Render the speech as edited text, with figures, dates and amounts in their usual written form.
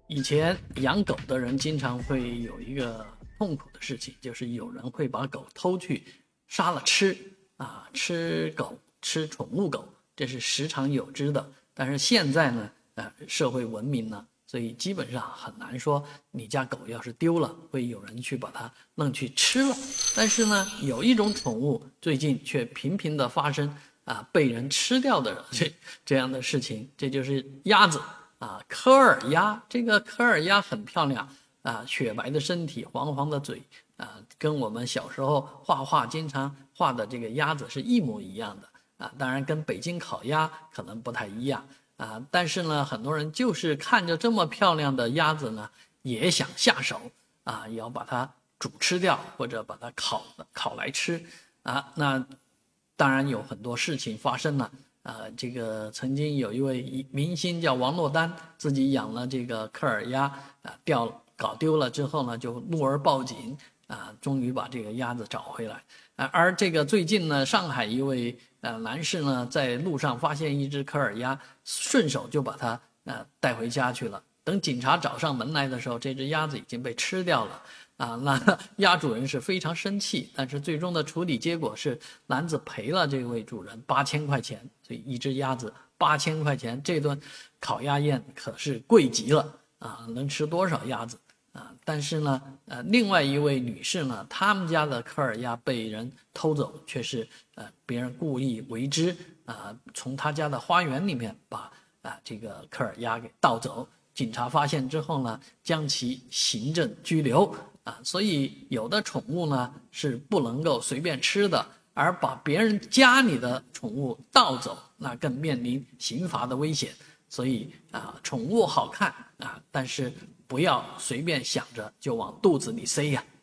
以前养狗的人经常会有一个痛苦的事情，就是有人会把狗偷去杀了吃吃狗，吃宠物狗，这是时常有之的。但是现在呢，社会文明呢，所以基本上很难说你家狗要是丢了，会有人去把它弄去吃了。但是呢，有一种宠物最近却频频的发生被人吃掉的这样的事情，这就是鸭子。科尔鸭，这个科尔鸭很漂亮雪白的身体，黄黄的嘴跟我们小时候画画经常画的这个鸭子是一模一样的当然跟北京烤鸭可能不太一样但是呢，很多人就是看着这么漂亮的鸭子呢，也想下手要把它煮吃掉，或者把它烤来吃那当然有很多事情发生了。这个曾经有一位明星叫王珞丹，自己养了这个科尔鸭搞丢了之后呢，就怒而报警终于把这个鸭子找回来而这个最近呢，上海一位男士呢，在路上发现一只科尔鸭，顺手就把它带回家去了。等警察找上门来的时候，这只鸭子已经被吃掉了那鸭主人是非常生气，但是最终的处理结果是男子赔了这位主人8000块钱，所以一只鸭子8000块钱，这顿烤鸭宴可是贵极了能吃多少鸭子但是呢另外一位女士呢，他们家的科尔鸭被人偷走，却是别人故意为之从他家的花园里面把这个科尔鸭给盗走。警察发现之后呢，将其行政拘留所以有的宠物呢是不能够随便吃的，而把别人家里的宠物盗走，那更面临刑罚的危险。所以宠物好看但是不要随便想着就往肚子里塞呀